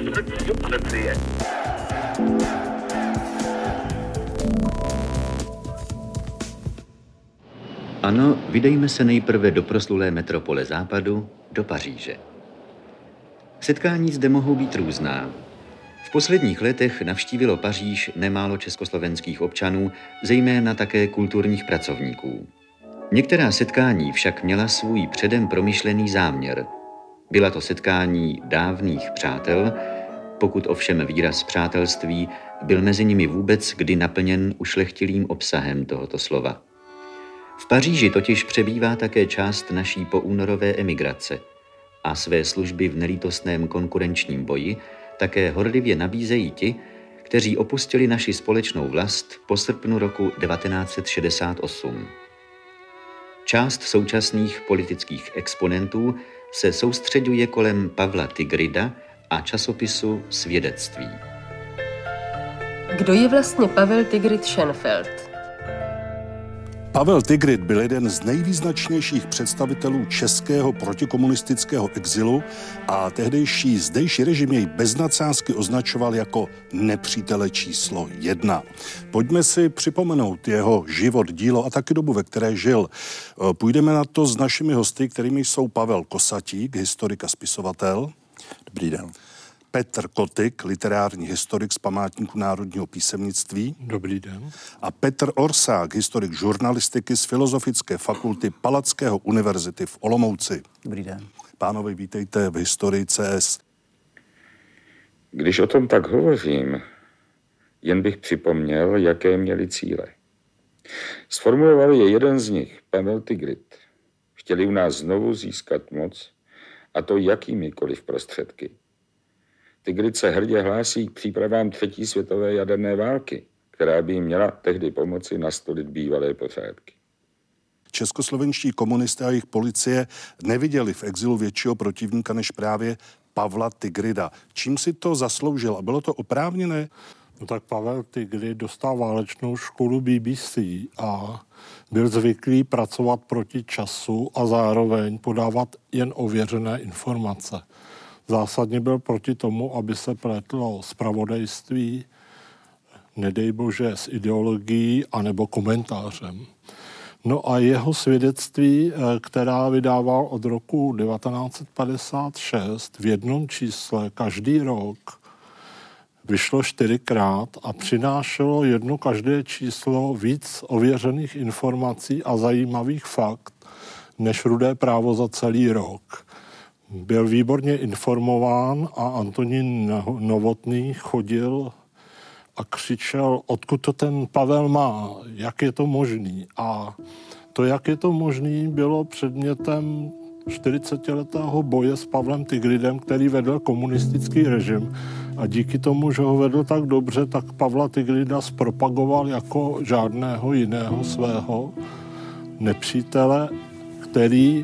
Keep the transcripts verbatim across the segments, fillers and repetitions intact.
Ano, vydejme se nejprve do proslulé metropole západu, do Paříže. Setkání zde mohou být různá. V posledních letech navštívilo Paříž nemálo československých občanů, zejména také kulturních pracovníků. Některá setkání však měla svůj předem promyšlený záměr. Byla to setkání dávných přátel, pokud ovšem výraz přátelství byl mezi nimi vůbec kdy naplněn ušlechtilým obsahem tohoto slova. V Paříži totiž přebývá také část naší poúnorové emigrace a své služby v nelítostném konkurenčním boji také horlivě nabízejí ti, kteří opustili naši společnou vlast po srpnu roku devatenáct set šedesát osm. Část současných politických exponentů se soustřeďuje kolem Pavla Tigrida a časopisu Svědectví. Kdo je vlastně Pavel Tigrid Schenfeld? Pavel Tigrid byl jeden z nejvýznačnějších představitelů českého protikomunistického exilu a tehdejší zdejší režim jej bez nadsázky označoval jako nepřítele číslo jedna. Pojďme si připomenout jeho život, dílo a taky dobu, ve které žil. Půjdeme na to s našimi hosty, kterými jsou Pavel Kosatík, historik a spisovatel. Dobrý den. Petr Kotyk, literární historik z Památníku národního písemnictví. Dobrý den. A Petr Orsák, historik žurnalistiky z Filozofické fakulty Palackého univerzity v Olomouci. Dobrý den. Pánové, vítejte v Historii C S. Když o tom tak hovořím, jen bych připomněl, jaké měli cíle. Sformulovali je jeden z nich, Pavel Tigrid. Chtěli u nás znovu získat moc, a to jakýmikoliv prostředky. Tigrid se hrdě hlásí k přípravám třetí světové jaderné války, která by jim měla tehdy pomoci nastolit bývalé pořádky. Českoslovenští komunisté a jejich policie neviděli v exilu většího protivníka než právě Pavla Tigrida. Čím si to zasloužil a bylo to oprávněné? No tak Pavel Tigrid dostal válečnou školu B B C a byl zvyklý pracovat proti času a zároveň podávat jen ověřené informace. Zásadně byl proti tomu, aby se pletlo zpravodajství, nedej bože, s ideologií anebo komentářem. No a jeho svědectví, která vydával od roku devatenáct set padesát šest v jednom čísle každý rok, vyšlo čtyřikrát a přinášelo jedno každé číslo víc ověřených informací a zajímavých fakt než Rudé právo za celý rok. Byl výborně informován a Antonín Novotný chodil a křičel, odkud to ten Pavel má, jak je to možný. A to, jak je to možný, bylo předmětem čtyřicetiletého boje s Pavlem Tigridem, který vedl komunistický režim. A díky tomu, že ho vedl tak dobře, tak Pavla Tigrida zpropagoval jako žádného jiného svého nepřítele, který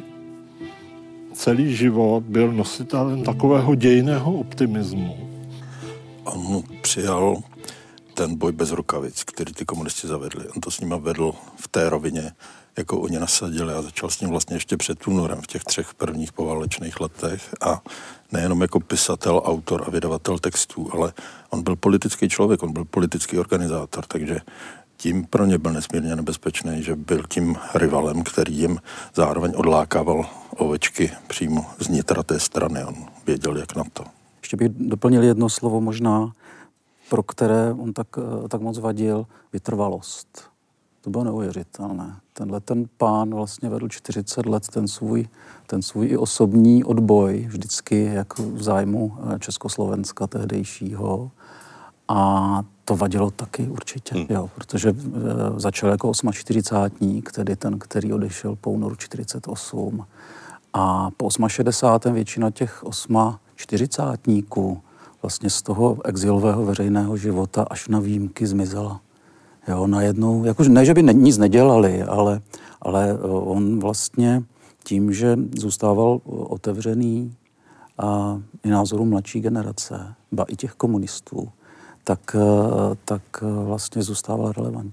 celý život byl nositelem takového dějného optimismu. On přijal ten boj bez rukavic, který ty komunisti zavedli. On to s nima vedl v té rovině, jako oni nasadili, a začal s ním vlastně ještě před únorem v těch třech prvních poválečných letech. A nejenom jako pisatel, autor a vydavatel textů, ale on byl politický člověk, on byl politický organizátor, takže tím pro ně byl nesmírně nebezpečný, že byl tím rivalem, který jim zároveň odlákával ovečky přímo z nitra té strany. On věděl, jak na to. Ještě bych doplnil jedno slovo možná, pro které on tak, tak moc vadil, vytrvalost. To bylo neuvěřitelné. Tenhle ten pán vlastně vedl čtyřicet let ten svůj, ten svůj i osobní odboj, vždycky jak v zájmu Československa tehdejšího. A to vadilo taky určitě, hmm. jo, protože e, začal jako čtyřicátník, tedy ten, který odešel po únoru čtyřicet osm. A po šedesátém osmém většina těch čtyřicátníků vlastně z toho exilového veřejného života až na výjimky zmizela. Jo, najednou, jakože ne, že by ne, nic nedělali, ale, ale on vlastně tím, že zůstával otevřený a i názoru mladší generace, ba i těch komunistů, tak, tak vlastně zůstával relevantní.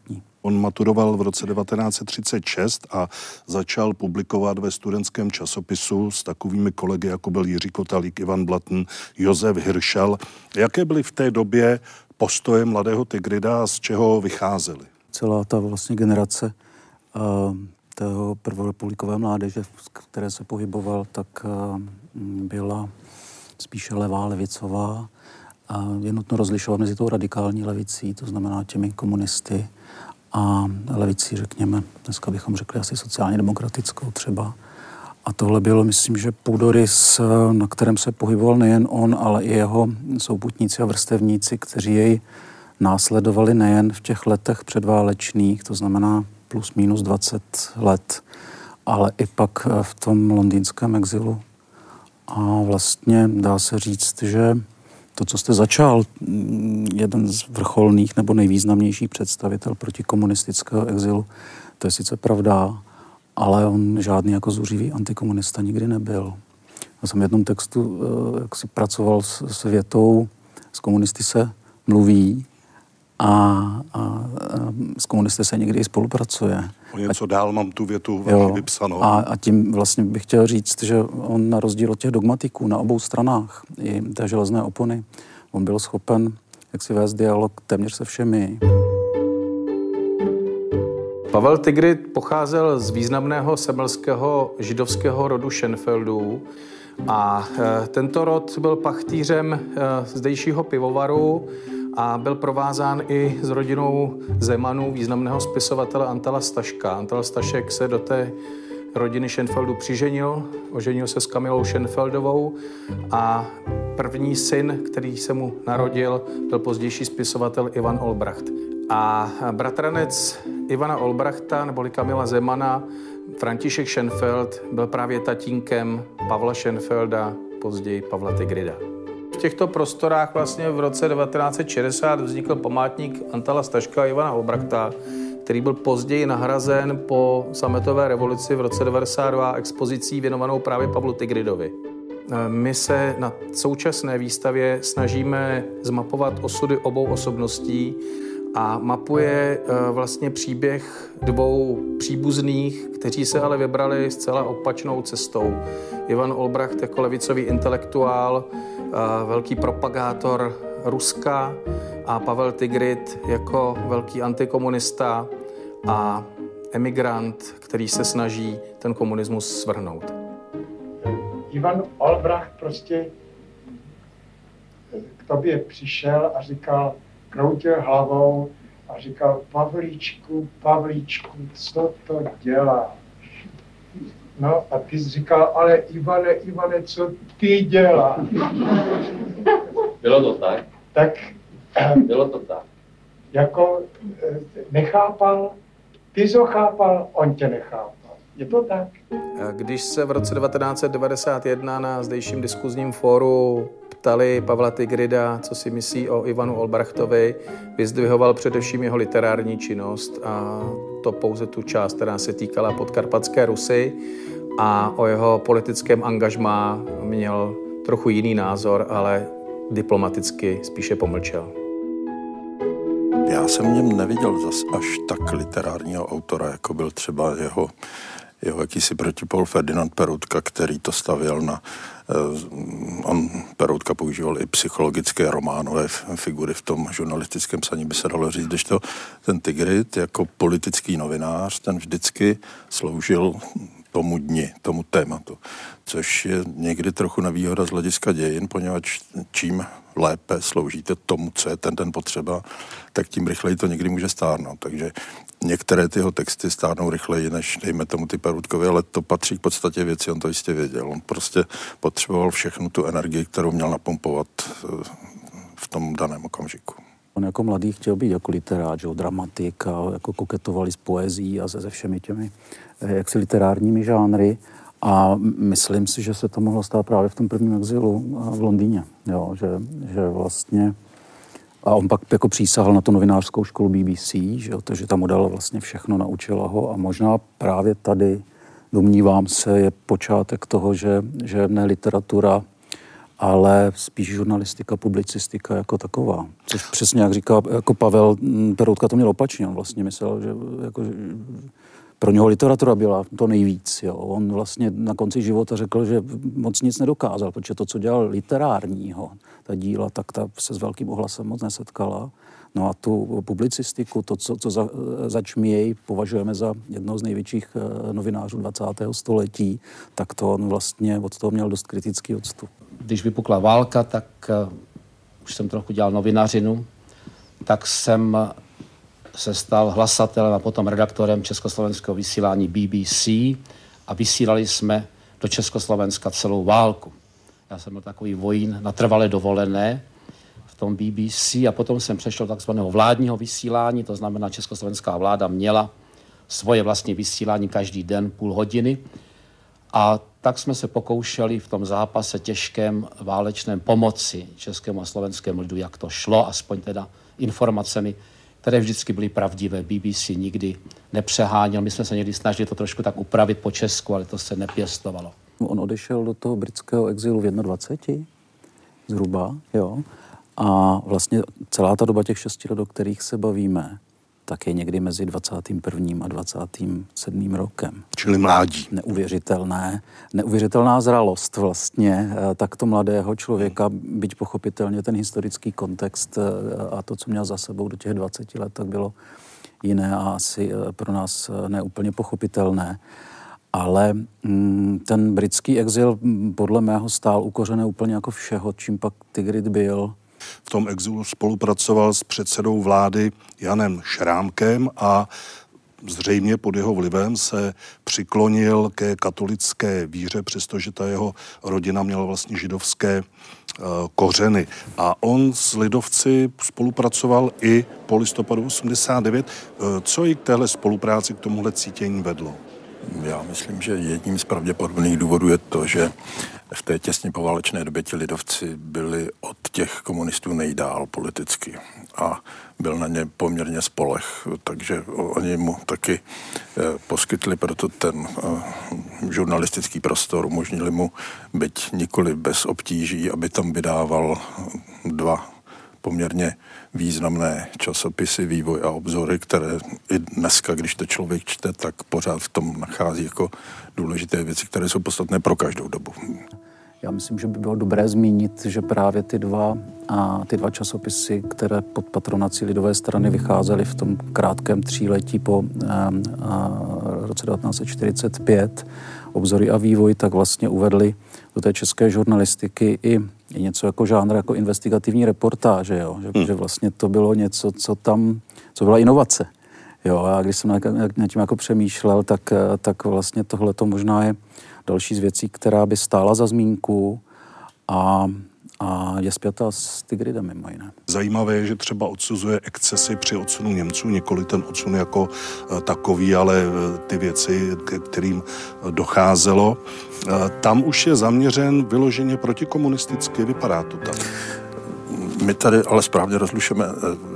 On maturoval v roce devatenáct set třicet šest a začal publikovat ve studentském časopisu s takovými kolegy, jako byl Jiří Kotalík, Ivan Blatn, Josef Hiršel. Jaké byly v té době postoje mladého Tigrida a z čeho vycházeli? Celá ta vlastně generace uh, toho prvorepublikové mládeže, v které se pohyboval, tak uh, byla spíše levá, levicová. A je nutno rozlišovat mezi tou radikální levicí, to znamená těmi komunisty, a levicí, řekněme, dneska bychom řekli asi sociálně demokratickou třeba. A tohle bylo, myslím, že půdorys, na kterém se pohyboval nejen on, ale i jeho souputníci a vrstevníci, kteří jej následovali nejen v těch letech předválečných, to znamená plus minus dvacet let, ale i pak v tom londýnském exilu. A vlastně dá se říct, že to, co jste začal, jeden z vrcholných nebo nejvýznamnějších představitel protikomunistického exilu, to je sice pravda, ale on žádný jako zuřivý antikomunista nikdy nebyl. Já jsem v jednom textu, jak si pracoval s, s větou, s komunisty se mluví a, a, a s komunisty se někdy i spolupracuje. O něco a, dál mám tu větu vypsanou. A, a tím vlastně bych chtěl říct, že on na rozdíl od těch dogmatiků na obou stranách i té železné opony, on byl schopen jak si vést dialog téměř se všemi. Pavel Tigrid pocházel z významného semmelského židovského rodu Schenfeldů a e, tento rod byl pachtýřem e, zdejšího pivovaru a byl provázán i s rodinou Zemanů, významného spisovatele Antala Staška. Antal Stašek se do té rodiny Schenfeldů přiženil, oženil se s Kamilou Schenfeldovou a první syn, který se mu narodil, byl pozdější spisovatel Ivan Olbracht. A bratranec Ivana Olbrachta, neboli Kamila Zemana, František Schenfeld, byl právě tatínkem Pavla Schenfelda, později Pavla Tigrida. V těchto prostorách vlastně v roce devatenáct set šedesát vznikl památník Antala Staška a Ivana Olbrachta, který byl později nahrazen po sametové revoluci v roce devadesát dva expozicí věnovanou právě Pavlu Tigridovi. My se na současné výstavě snažíme zmapovat osudy obou osobností a mapuje vlastně příběh dvou příbuzných, kteří se ale vybrali zcela opačnou cestou. Ivan Olbracht jako levicový intelektuál, velký propagátor Ruska a Pavel Tigrid jako velký antikomunista a emigrant, který se snaží ten komunismus svrhnout. Ivan Olbracht prostě k tobě přišel a říkal, kroutil hlavou a říkal, Pavlíčku, Pavlíčku, co to děláš? No a ty jsi říkal, ale Ivane, Ivane, co ty děláš? Bylo to tak? Tak. Bylo to tak. Jako nechápal, ty jsi ho chápal, on tě nechápal. Je to tak? Když se v roce devatenáct set devadesát jedna na zdejším diskuzním fóru ptali Pavla Tigrida, co si myslí o Ivanu Olbrachtovi, vyzdvihoval především jeho literární činnost a to pouze tu část, která se týkala Podkarpatské Rusy, a o jeho politickém angažmá měl trochu jiný názor, ale diplomaticky spíše pomlčel. Já jsem v něm neviděl zas až tak literárního autora, jako byl třeba jeho, jeho jakýsi protipol Ferdinand Peroutka, který to stavěl na... On, Peroutka používal i psychologické románové figury v tom žurnalistickém psaní, by se dalo říct, když to ten Tigrid jako politický novinář, ten vždycky sloužil tomu dni, tomu tématu, což je někdy trochu nevýhoda z hlediska dějin, poněvadž čím lépe sloužíte tomu, co je ten den potřeba, tak tím rychleji to někdy může stárnout. Takže některé tyho texty stárnou rychleji, než dejme tomu ty Peroutkovi, ale to patří k podstatě věci, on to jistě věděl. On prostě potřeboval všechnu tu energii, kterou měl napumpovat v tom daném okamžiku. On jako mladý chtěl být jako literát, že, dramatik a jako koketovali s poezí a se, se všemi těmi jaksi literárními žánry. A myslím si, že se to mohlo stát právě v tom prvním exilu v Londýně. Jo, že, že vlastně... A on pak jako přísahal na tu novinářskou školu B B C, že jo, takže tam mu dala vlastně všechno, naučila ho a možná právě tady, domnívám se, je počátek toho, že, že ne literatura ale spíš žurnalistika, publicistika jako taková. Což přesně, jak říká jako Pavel Peroutka, to měl opačně. On vlastně myslel, že jako, pro něho literatura byla to nejvíc. Jo. On vlastně na konci života řekl, že moc nic nedokázal, protože to, co dělal literárního, ta díla, tak ta se s velkým ohlasem moc nesetkala. No a tu publicistiku, to, co, co za, zač jej považujeme za jednoho z největších novinářů dvacátého století, tak to on vlastně od toho měl dost kritický odstup. Když vypukla válka, tak uh, už jsem trochu dělal novinařinu, tak jsem se stal hlasatelem a potom redaktorem československého vysílání B B C a vysílali jsme do Československa celou válku. Já jsem byl takový vojín na trvalé dovolené v tom B B C a potom jsem přešel do takzvaného vládního vysílání, to znamená, československá vláda měla svoje vlastní vysílání každý den půl hodiny a tak jsme se pokoušeli v tom zápase těžkém válečném pomoci českému a slovenskému lidu, jak to šlo, aspoň teda informacemi, které vždycky byly pravdivé. B B C nikdy nepřeháněl. My jsme se někdy snažili to trošku tak upravit po česku, ale to se nepěstovalo. On odešel do toho britského exilu v dvaceti jedné zhruba, jo. A vlastně celá ta doba těch šesti let, o kterých se bavíme, tak je někdy mezi dvacátým prvním a dvacátým sedmým rokem. Čili mládí. Neuvěřitelné, neuvěřitelná zralost vlastně takto mladého člověka, byť pochopitelně ten historický kontext a to, co měl za sebou do těch dvaceti let, tak bylo jiné a asi pro nás neúplně pochopitelné. Ale mm, ten britský exil podle mého stál u kořene úplně jako všeho, čím pak Tigrid byl. V tom exilu spolupracoval s předsedou vlády Janem Šrámkem a zřejmě pod jeho vlivem se přiklonil ke katolické víře, přestože ta jeho rodina měla vlastně židovské uh, kořeny. A on s lidovci spolupracoval i po listopadu osmdesát devět. Uh, co i k téhle spolupráci, k tomuhle cítění vedlo? Já myslím, že jedním z pravděpodobných důvodů je to, že v té těsně poválečné době ti lidovci byli od těch komunistů nejdál politicky a byl na ně poměrně spoleh, takže oni mu taky poskytli proto ten žurnalistický prostor, umožnili mu, byť nikoli bez obtíží, aby tam vydával dva poměrně významné časopisy, Vývoj a Obzory, které i dneska, když to člověk čte, tak pořád v tom nachází jako důležité věci, které jsou podstatné pro každou dobu. Já myslím, že by bylo dobré zmínit, že právě ty dva, a ty dva časopisy, které pod patronací lidové strany vycházely v tom krátkém tříletí po a, a, roce devatenáct set čtyřicet pět, Obzory a Vývoj, tak vlastně uvedli do té české žurnalistiky i, i něco jako žánr, jako investigativní reportáže, jo? Že, hmm. že vlastně to bylo něco, co tam, co byla inovace. Jo? A když jsem nad tím jako přemýšlel, tak, tak vlastně tohle to možná je další z věcí, která by stála za zmínku a, a je spjatá s Tigridem mimo jiné. Zajímavé je, že třeba odsuzuje excesy při odsunu Němců, nikoli ten odsun jako takový, ale ty věci, ke kterým docházelo. Tam už je zaměřen vyloženě protikomunisticky, vypadá to tak. My tady ale správně rozlišujeme,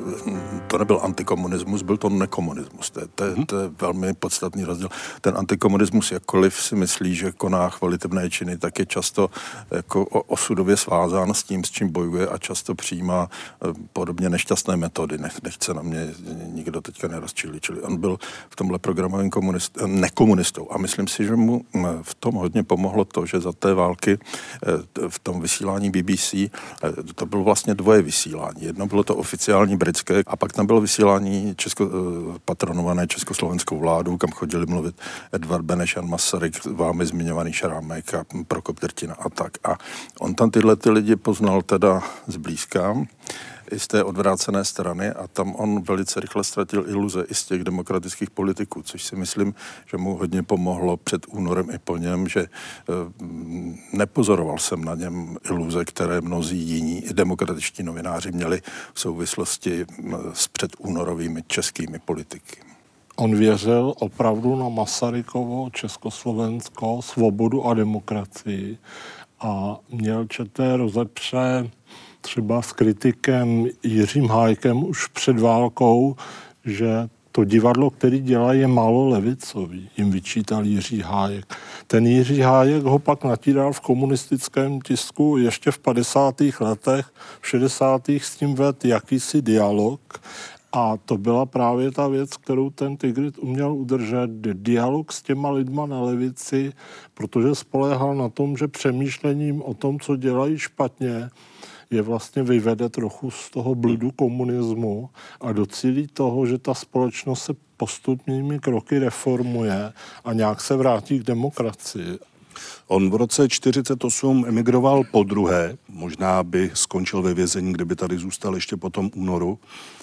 to nebyl antikomunismus, byl to nekomunismus. To je, to, je, to je velmi podstatný rozdíl. Ten antikomunismus, jakkoliv si myslí, že koná chvalitebné činy, tak je často jako osudově svázán s tím, s čím bojuje a často přijímá podobně nešťastné metody. Nech, nechce na mě nikdo teďka nerozčilí. Čili on byl v tomhle programovém komunist, nekomunistou. A myslím si, že mu v tom hodně pomohlo to, že za té války v tom vysílání B B C to bylo vlastně dvoje vysílání. Jedno bylo to oficiální britské a pak tam bylo vysílání česko, patronované československou vládou, kam chodili mluvit Edvard Beneš, Jan Masaryk, vámi zmiňovaný Šrámek a Prokop Drtina a tak. A on tam tyhle ty lidi poznal teda zblízka i z té odvrácené strany a tam on velice rychle ztratil iluze i z těch demokratických politiků, což si myslím, že mu hodně pomohlo před únorem i po něm, že eh, nepozoroval jsem na něm iluze, které mnozí jiní i demokratičtí novináři měli v souvislosti s předúnorovými českými politiky. On věřil opravdu na Masarykovo, Československo, svobodu a demokracii a měl četné rozepře třeba s kritikem Jiřím Hájkem už před válkou, že to divadlo, který dělá, je málo levicový, jim vyčítal Jiří Hájek. Ten Jiří Hájek ho pak natíral v komunistickém tisku ještě v padesátých letech, v šedesátých s tím vedl jakýsi dialog. A to byla právě ta věc, kterou ten Tigrit uměl udržet, dialog s těma lidma na levici, protože spoléhal na tom, že přemýšlením o tom, co dělají špatně, je vlastně vyvede trochu z toho bludu komunismu a docílí toho, že ta společnost se postupnými kroky reformuje a nějak se vrátí k demokracii. On v roce čtyřicet osm emigroval po druhé, možná by skončil ve vězení, kdyby tady zůstal ještě po tom únoru,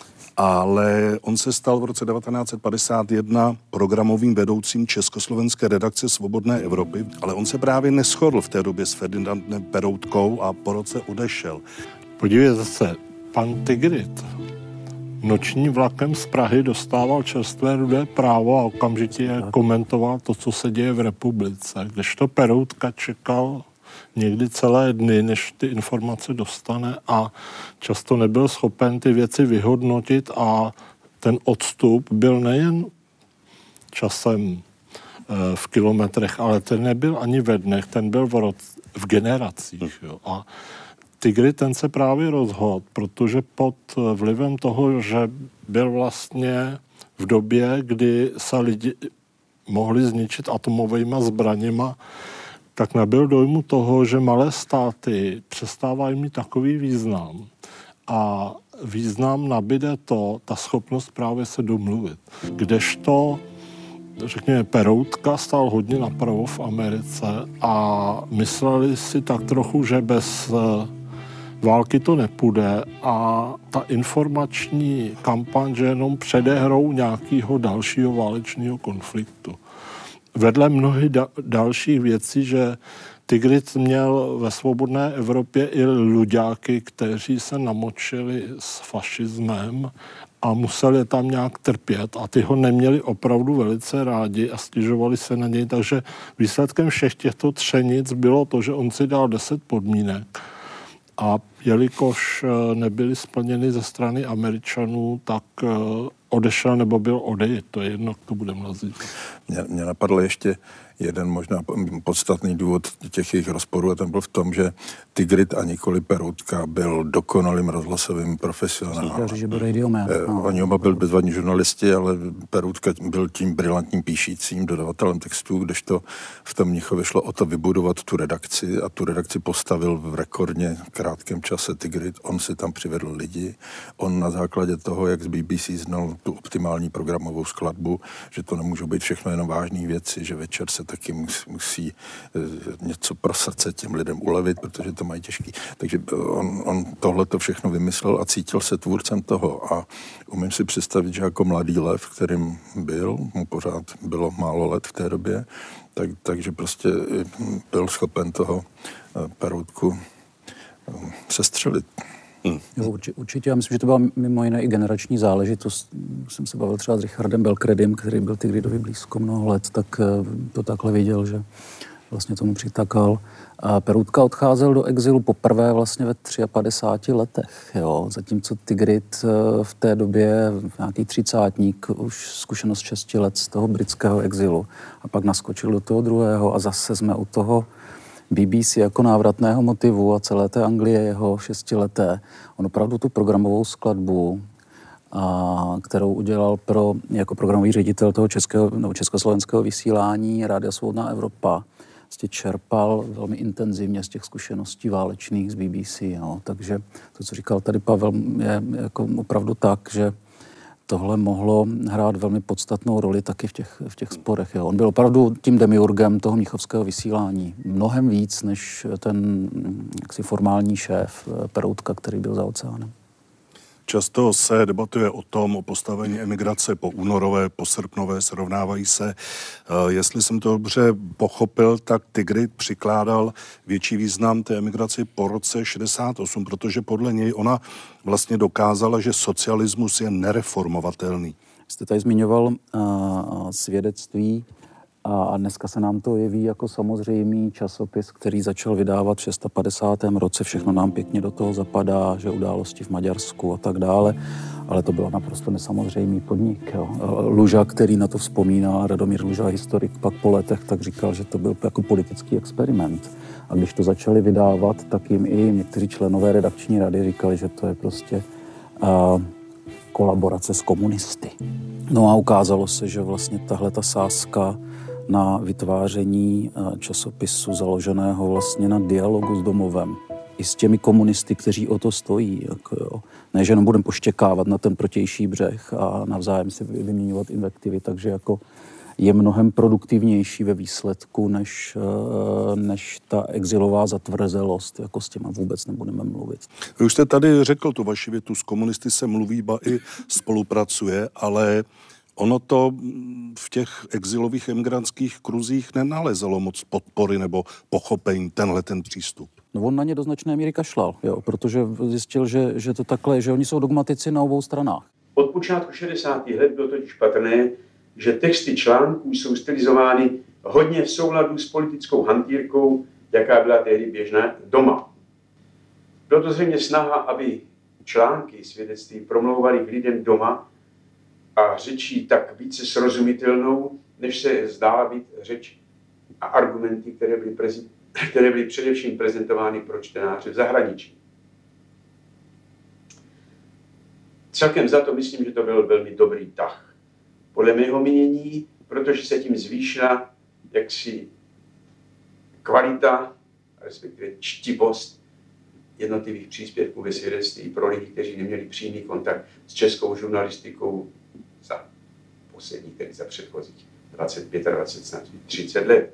ale on se stal v roce devatenáct set padesát jedna programovým vedoucím československé redakce Svobodné Evropy, ale on se právě neshodl v té době s Ferdinandem Peroutkou a po roce odešel. Podívejte se, pan Tigrit nočním vlakem z Prahy dostával čerstvé Rudé právo a okamžitě komentoval to, co se děje v republice, kdežto Peroutka čekal někdy celé dny, než ty informace dostane a často nebyl schopen ty věci vyhodnotit a ten odstup byl nejen časem v kilometrech, ale ten nebyl ani ve dnech, ten byl v, roc, v generacích. Jo. A Tigrit ten se právě rozhodl, protože pod vlivem toho, že byl vlastně v době, kdy se lidi mohli zničit atomovými zbraněma, tak nabyl dojmu toho, že malé státy přestávají mít takový význam. A význam nabíde to, ta schopnost právě se domluvit. Kdežto, řekněme, Peroutka stál hodně napravo v Americe a mysleli si tak trochu, že bez války to nepůjde a ta informační kampaň, že jenom předehrou nějakého dalšího válečného konfliktu. Vedle mnohých da- dalších věcí, že Tigrit měl ve Svobodné Evropě i luďáky, kteří se namočili s fašismem a museli tam nějak trpět a ty ho neměli opravdu velice rádi a stěžovali se na něj, takže výsledkem všech těchto třenic bylo to, že on si dal deset podmínek a jelikož nebyly splněny ze strany Američanů, tak odešel nebo byl odejít. To je jedno, jak to budeme nazývat. Mě, mě napadl ještě jeden možná podstatný důvod těch jejich rozporů a ten byl v tom, že Tigrit a nikoli Peroutka byl dokonalým rozhlasovým profesionálem. Že byl radioman. No. Oni oba byli bezvadní žurnalisti, ale Peroutka byl tím brilantním píšícím dodavatelem textů, kdežto v tom Mnichově šlo o to vybudovat tu redakci a tu redakci postavil v rekordně krátkém čase Tigrit. On si tam přivedl lidi. On na základě toho, jak z B B C znal tu optimální programovou skladbu, že to nemůžou být všechno jenom vážné věci, že večer se taky musí, musí něco pro srdce těm lidem ulevit, protože to mají těžký. Takže on, on tohle to všechno vymyslel a cítil se tvůrcem toho. A umím si představit, že jako mladý lev, kterým byl, mu pořád bylo málo let v té době, tak, takže prostě byl schopen toho Peroutku sestřelit. Hmm. Jo, určitě, určitě. Já myslím, že to byla mimo jiné i generační záležitost. Jsem se bavil třeba s Richardem Belkredem, který byl Tigridovi blízko mnoho let, tak to takhle viděl, že vlastně tomu přitakal. A Peroutka odcházel do exilu poprvé vlastně ve padesát třech letech, jo. Zatímco Tigrit v té době, nějaký třicátník, už zkušenost šesti let z toho britského exilu a pak naskočil do toho druhého a zase jsme u toho B B C jako návratného motivu a celé té Anglie jeho šestileté. On opravdu tu programovou skladbu, a, kterou udělal pro, jako programový ředitel toho českého, no, československého vysílání Rádia Svobodná Evropa, vlastně čerpal velmi intenzivně z těch zkušeností válečných z B B C. No. Takže to, co říkal tady Pavel, je jako opravdu tak, že tohle mohlo hrát velmi podstatnou roli taky v těch, v těch sporech. Jo. On byl opravdu tím demiurgem toho mnichovského vysílání. Mnohem víc než ten jaksi formální šéf Peroutka, který byl za oceánem. Často se debatuje o tom, o postavení emigrace po únorové, po srpnové, srovnávají se. Jestli jsem to dobře pochopil, tak Tigrit přikládal větší význam té emigraci po roce šedesát osm, protože podle něj ona vlastně dokázala, že socialismus je nereformovatelný. Jste tady zmiňoval uh, svědectví A dneska se nám to jeví jako samozřejmý časopis, který začal vydávat v padesátém šestém roce. Všechno nám pěkně do toho zapadá, že události v Maďarsku a tak dále. Ale to byl naprosto nesamozřejmý podnik. Jo. Luža, který na to vzpomíná, Radomír Luža, historik, pak po letech, tak říkal, že to byl jako politický experiment. A když to začali vydávat, tak jim i někteří členové redakční rady říkali, že to je prostě uh, kolaborace s komunisty. No a ukázalo se, že vlastně tahle ta sázka na vytváření časopisu založeného vlastně na dialogu s domovem i s těmi komunisty, kteří o to stojí. Jako jo. Ne, že jenom budeme poštěkávat na ten protější břeh a navzájem si vyměňovat invektivy, takže jako je mnohem produktivnější ve výsledku, než, než ta exilová zatvrzelost, jako s těma vůbec nebudeme mluvit. Vy už jste tady řekl tu vaši větu, s komunisty se mluví, ba i spolupracuje, ale ono to v těch exilových emigrantských kruzích nenalezalo moc podpory nebo pochopení, tenhle ten přístup. No on na ně do značné míry kašlal, jo, protože zjistil, že, že to takhle, že oni jsou dogmatici na obou stranách. Od počátku šedesátých let bylo totiž patrné, že texty článků jsou stylizovány hodně v souladu s politickou hantýrkou, jaká byla tehdy běžná doma. Bylo to zřejmě snaha, aby články svědectví promlouvaly k lidem doma a řečí tak více srozumitelnou, než se zdála být řeč a argumenty, které byly, prezi- které byly především prezentovány pro čtenáře v zahraničí. Celkem za to myslím, že to byl velmi dobrý tah. Podle mého mínění, protože se tím zvýšila jaksi kvalita, respektive čtivost jednotlivých příspěvků ve svědectví pro lidi, kteří neměli přímý kontakt s českou žurnalistikou za posledních, tedy za předchozích dvacet pět, dvacet, snad třicet let.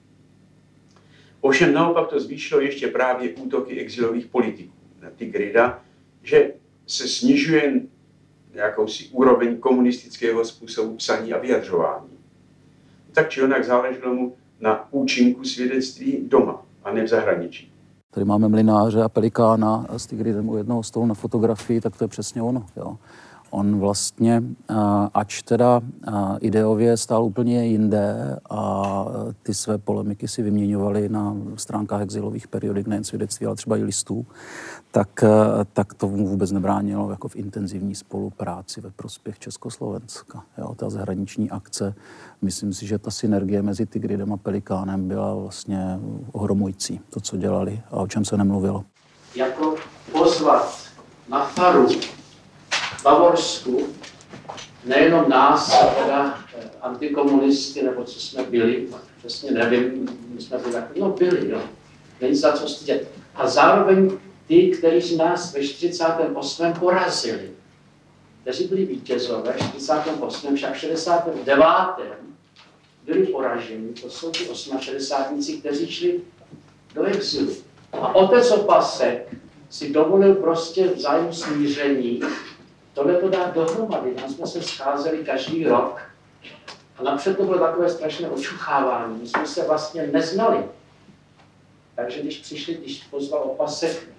Ovšem naopak to zvýšilo ještě právě útoky exilových politiků na Tigrida, že se snižuje jakousi úroveň komunistického způsobu psaní a vyjadřování. Tak či onak záleželo mu na účinku svědectví doma a ne v zahraničí. Tady máme Mlynáře a Pelikána s Tigridem u jednoho stolu na fotografii, tak to je přesně ono. Jo. On vlastně, ač teda ideově stál úplně jinde a ty své polemiky si vyměňovali na stránkách exilových periodik, nejen svědectví, ale třeba i listů, tak, tak to mu vůbec nebránilo jako v intenzivní spolupráci ve prospěch Československa. Jo, ta zahraniční akce, myslím si, že ta synergie mezi Tigridem a Pelikánem byla vlastně ohromující, to, co dělali a o čem se nemluvilo. Jako pozvat na faru Bavorsku, nejenom nás, teda antikomunisty, nebo co jsme byli, přesně nevím, my jsme byli takový, no byli, jo, není za co stydět. A zároveň ty, kteří nás ve čtyřicátém osmém porazili, kteří byli vítězové, v čtyřicátém osmém však v šedesátém devátém byli poraženi, to jsou ty osmašedesátníci, kteří šli do exilu. A otec Opasek si dovolil prostě v zájmu smíření tohle to dát dohromady. Tam jsme se scházeli každý rok a napřed to bylo takové strašné očuchávání. My jsme se vlastně neznali. Takže když přišli, když pozval Opasek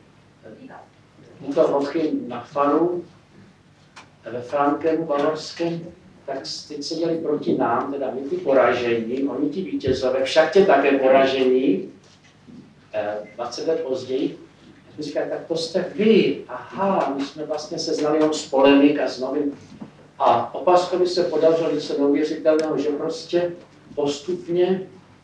tuto rochy na faru ve Frankenu bavorském, tak teď seděli proti nám, teda my ty poražení, oni ti vítězové, však tě také poražení, dvacet let později. My říkají, tak to jste vy, aha, my jsme vlastně se znali jenom z polemik a z novin. A Opaskovi se podařilo něco neuvěřitelného, že prostě postupně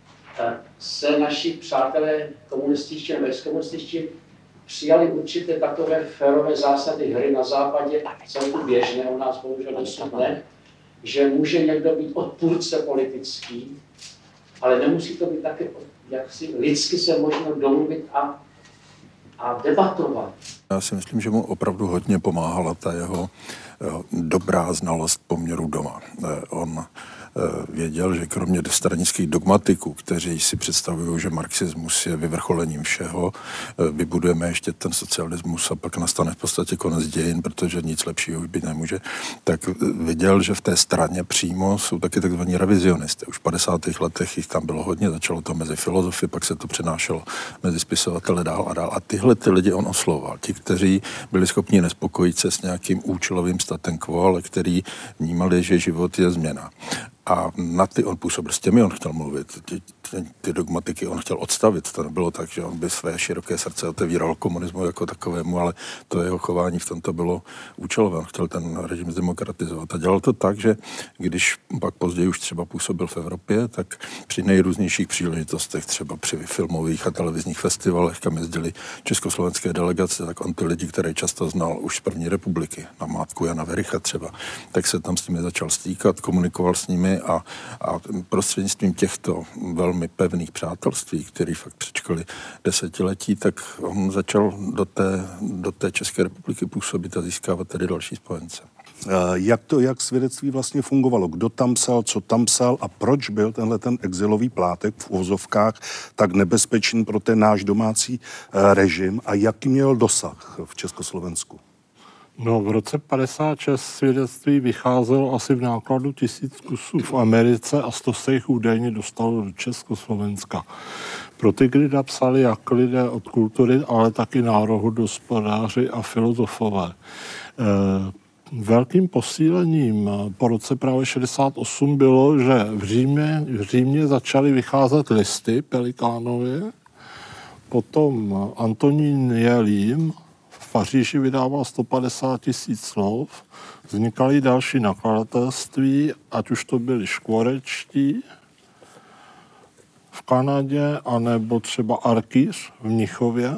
se naši přátelé komunističtí nebo exkomunističtí přijali určité takové férové zásady hry na západě, celku běžné, u nás bohužel dosud ne, že může někdo být odpůrce politický, ale nemusí to být také, jak si lidsky se možno domluvit a a debatovat. Já si myslím, že mu opravdu hodně pomáhala ta jeho dobrá znalost poměrů doma. On věděl, že kromě stranických dogmatiků, kteří si představují, že marxismus je vyvrcholením všeho, vybudujeme ještě ten socialismus a pak nastane v podstatě konec dějin, protože nic lepšího už být nemůže, tak viděl, že v té straně přímo jsou taky takzvaní revizionisty. Už v padesátých letech jich tam bylo hodně, začalo to mezi filozofy, pak se to přenášelo mezi spisovatele dál a dál. A tyhle ty lidi on oslovoval. Ti, kteří byli schopni nespokojit se s nějakým účelovým statem quo, ale který vnímali, že život je změna. A na ty on působil, s těmi on chtěl mluvit, ty, ty, ty dogmatiky on chtěl odstavit. To nebylo tak, že on by své široké srdce otevíral komunismu jako takovému, ale to jeho chování v tomto bylo účelové. On chtěl ten režim zdemokratizovat. A dělal to tak, že když pak později už třeba působil v Evropě, tak při nejrůznějších příležitostech, třeba při filmových a televizních festivalech, kam jezdili československé delegace, tak on ty lidi, které často znal už z první republiky, na Mátku Jana Vericha třeba, tak se tam s nimi začal stýkat, komunikoval s nimi a, a prostřednictvím těchto velmi pevných přátelství, které fakt přečkali desetiletí, tak on začal do té, do té České republiky působit a získávat tedy další spojence. Jak to, jak svědectví vlastně fungovalo? Kdo tam psal, co tam psal a proč byl tenhle ten exilový plátek v uvozovkách tak nebezpečný pro ten náš domácí režim a jaký měl dosah v Československu? No, v roce padesát šest svědectví vycházelo asi v nákladu tisíc kusů v Americe a sto se jich údajně dostalo do Československa. Pro Tigrida psali jak lidé od kultury, ale taky národohospodáři a filozofové. E, velkým posílením po roce právě šedesát osm bylo, že v Římě, v Římě začaly vycházet listy Pelikánově, potom Antonín Jelím v Paříži vydával sto padesát tisíc slov, vznikaly další nakladatelství, ať už to byli škvorečtí v Kanadě, anebo třeba Arkýř v Mnichově.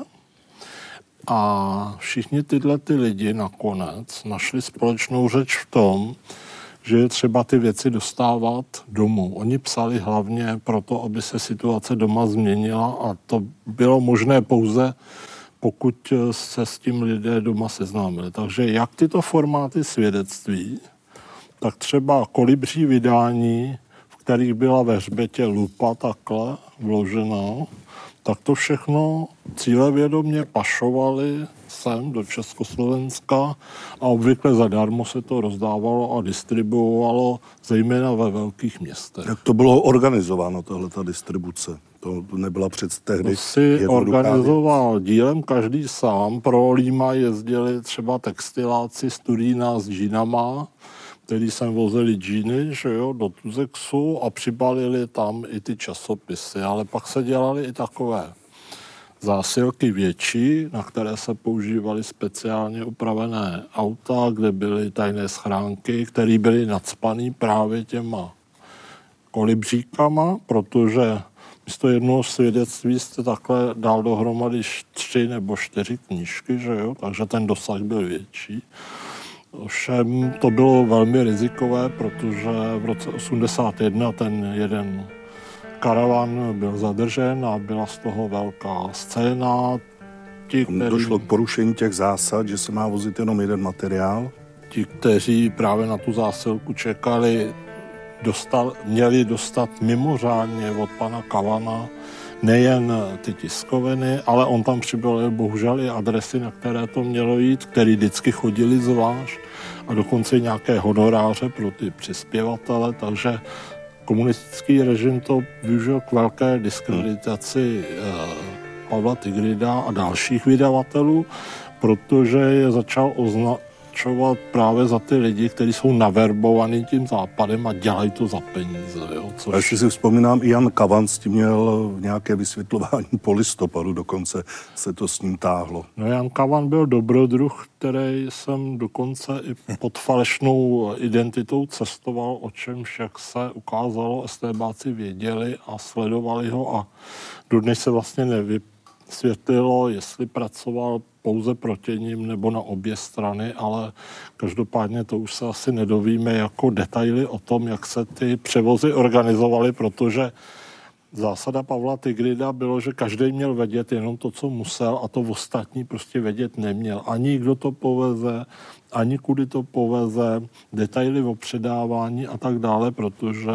A všichni tyhle ty lidi nakonec našli společnou řeč v tom, že je třeba ty věci dostávat domů. Oni psali hlavně proto, aby se situace doma změnila a to bylo možné pouze, pokud se s tím lidé doma seznámili. Takže jak tyto formáty svědectví, tak třeba kolibří vydání, v kterých byla ve hřbetě lupa takhle vložená, tak to všechno cílevědomě pašovali sem do Československa a obvykle zadarmo se to rozdávalo a distribuovalo, zejména ve velkých městech. Jak to bylo organizováno, tahleta distribuce? To nebyla před tehdy to si organizoval dílem každý sám. Pro Líma jezdili třeba textiláci z Turína s džínama, který sem vozili džíny, že jo, do Tuzexu a přibalili tam i ty časopisy. Ale pak se dělaly i takové zásilky větší, na které se používaly speciálně upravené auta, kde byly tajné schránky, které byly nacpané právě těma kolibříkama, protože místo jednoho svědectví jste takhle dal dohromady tři nebo čtyři knížky, že jo, takže ten dosah byl větší. Ovšem to bylo velmi rizikové, protože v roce osmdesát jedna ten jeden karavan byl zadržen a byla z toho velká scéna. Ti, který... Došlo k porušení těch zásad, že se má vozit jenom jeden materiál? Ti, kteří právě na tu zásilku čekali, dostal, měli dostat mimořádně od pana Kavana nejen ty tiskoviny, ale on tam přibyl bohužel i adresy, na které to mělo jít, které vždycky chodili zvlášť a dokonce nějaké honoráře pro ty přispěvatele, takže komunistický režim to využil k velké diskreditaci eh, Pavla Tigrida a dalších vydavatelů, protože je začal označovat právě za ty lidi, kteří jsou naverbovaní tím západem a dělají to za peníze. Jo, což... A ještě si vzpomínám, i Jan Kavan s tím měl nějaké vysvětlování po listopadu, dokonce se to s ním táhlo. No Jan Kavan byl dobrodruh, který jsem dokonce i pod falešnou identitou cestoval, o čemž, jak se ukázalo, estébáci věděli a sledovali ho a dodnes se vlastně nevysvětlilo, jestli pracoval pouze proti nim nebo na obě strany, ale každopádně to už se asi nedovíme jako detaily o tom, jak se ty převozy organizovaly, protože zásada Pavla Tigrida bylo, že každý měl vědět jenom to, co musel a to ostatní prostě vědět neměl. Ani kdo to poveze, ani kudy to poveze, detaily o předávání a tak dále, protože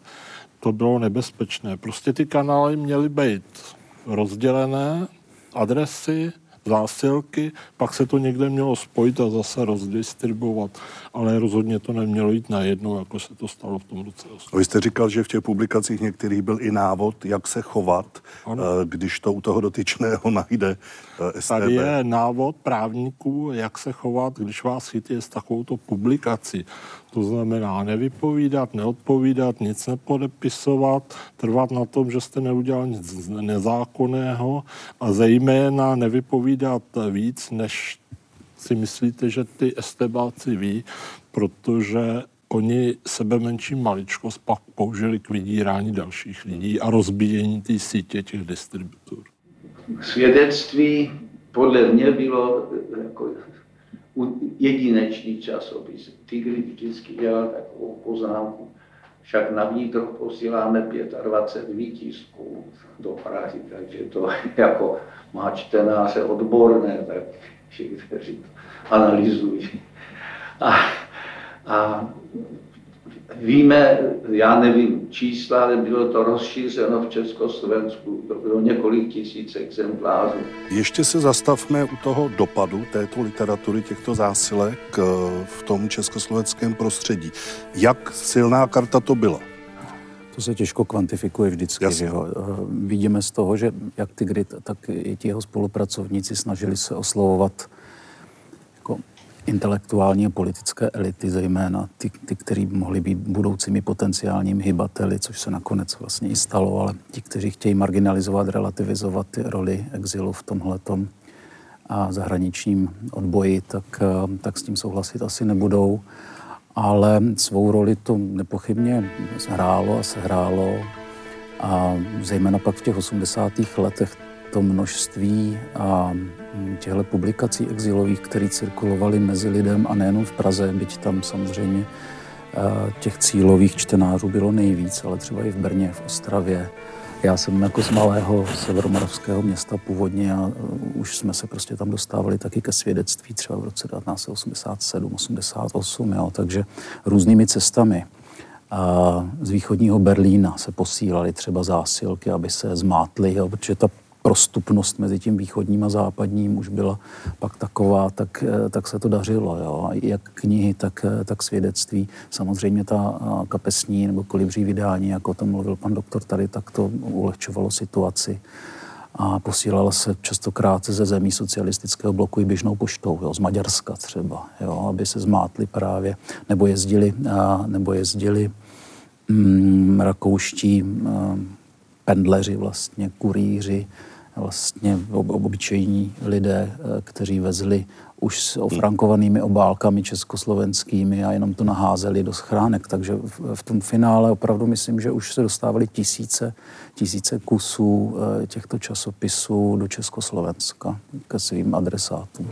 to bylo nebezpečné. Prostě ty kanály měly být rozdělené, adresy, zásilky, pak se to někde mělo spojit a zase rozdistribuovat, ale rozhodně to nemělo jít najednou, jako se to stalo v tom roce. Vy jste říkal, že v těch publikacích některých byl i návod, jak se chovat, ano. Když to u toho dotyčného najde S T B. Tady je návod právníků, jak se chovat, když vás chytí s takovouto publikací. To znamená nevypovídat, neodpovídat, nic nepodepisovat, trvat na tom, že jste neudělal nic nezákonného a zejména nevypovídat víc, než si myslíte, že ty estébáci ví, protože oni sebe menší maličkost pak použili k vydírání dalších lidí a rozbíjení té sítě těch distributorů. Svědectví podle mě bylo jako jedinečný časopis. Tigrit vždycky dělal takovou poznámku. Však na vnitro posíláme dvacet pět výtisků do Prahy, takže to jako má čtenáře odborné, tak všichni analyzují. A, a víme, já nevím čísla, ale bylo to rozšířeno v Československu, to bylo několik tisíc exemplářů. Ještě se zastavme u toho dopadu této literatury, těchto zásilek v tom československém prostředí. Jak silná karta to byla? To se těžko kvantifikuje vždycky. Jo. Vidíme z toho, že jak Tigrit, tak i ti jeho spolupracovníci snažili se oslovovat jako intelektuální a politické elity, zejména ty, ty, kteří mohli být budoucími potenciálními hybateli, což se nakonec vlastně i stalo, ale ti, kteří chtějí marginalizovat, relativizovat ty roli exilu v tomhletom a zahraničním odboji, tak, tak s tím souhlasit asi nebudou. Ale svou roli to nepochybně hrálo a sehrálo. A zejména pak v těch osmdesátých letech to množství a těchto publikací exilových, které cirkulovaly mezi lidem a nejenom v Praze, byť tam samozřejmě těch cílových čtenářů bylo nejvíc, ale třeba i v Brně, v Ostravě. Já jsem jako z malého severomoravského města původně a už jsme se prostě tam dostávali taky ke svědectví třeba v roce devatenáct set osmdesát sedm osmdesát osm, jo, takže různými cestami. A z východního Berlína se posílaly třeba zásilky, aby se zmátly, jo, protože ta prostupnost mezi tím východním a západním už byla pak taková, tak, tak se to dařilo. Jo. Jak knihy, tak, tak svědectví. Samozřejmě ta kapesní nebo kolibří vydání, jako o tom mluvil pan doktor tady, tak to ulehčovalo situaci. A posílala se častokrát ze zemí socialistického bloku i běžnou poštou, jo, z Maďarska třeba, jo, aby se zmátli právě, nebo jezdili, a, nebo jezdili mm, rakouští mm, pendleři, vlastně kurýři, vlastně obyčejní lidé, kteří vezli už s ofrankovanými obálkami československými a jenom to naházeli do schránek. Takže v, v tom finále opravdu myslím, že už se dostávali tisíce, tisíce kusů těchto časopisů do Československa ke svým adresátům.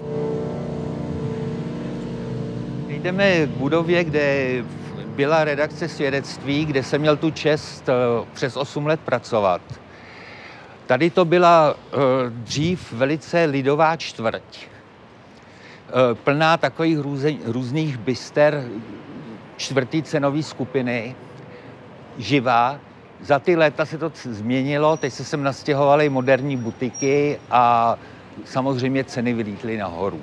Jdeme k budově, kde byla redakce svědectví, kde jsem měl tu čest přes osm let pracovat. Tady to byla uh, dřív velice lidová čtvrť, uh, plná takových růze, různých byster čtvrtý cenové skupiny, živá. Za ty léta se to změnilo, teď se sem nastěhovaly moderní butiky a samozřejmě ceny vylítly nahoru.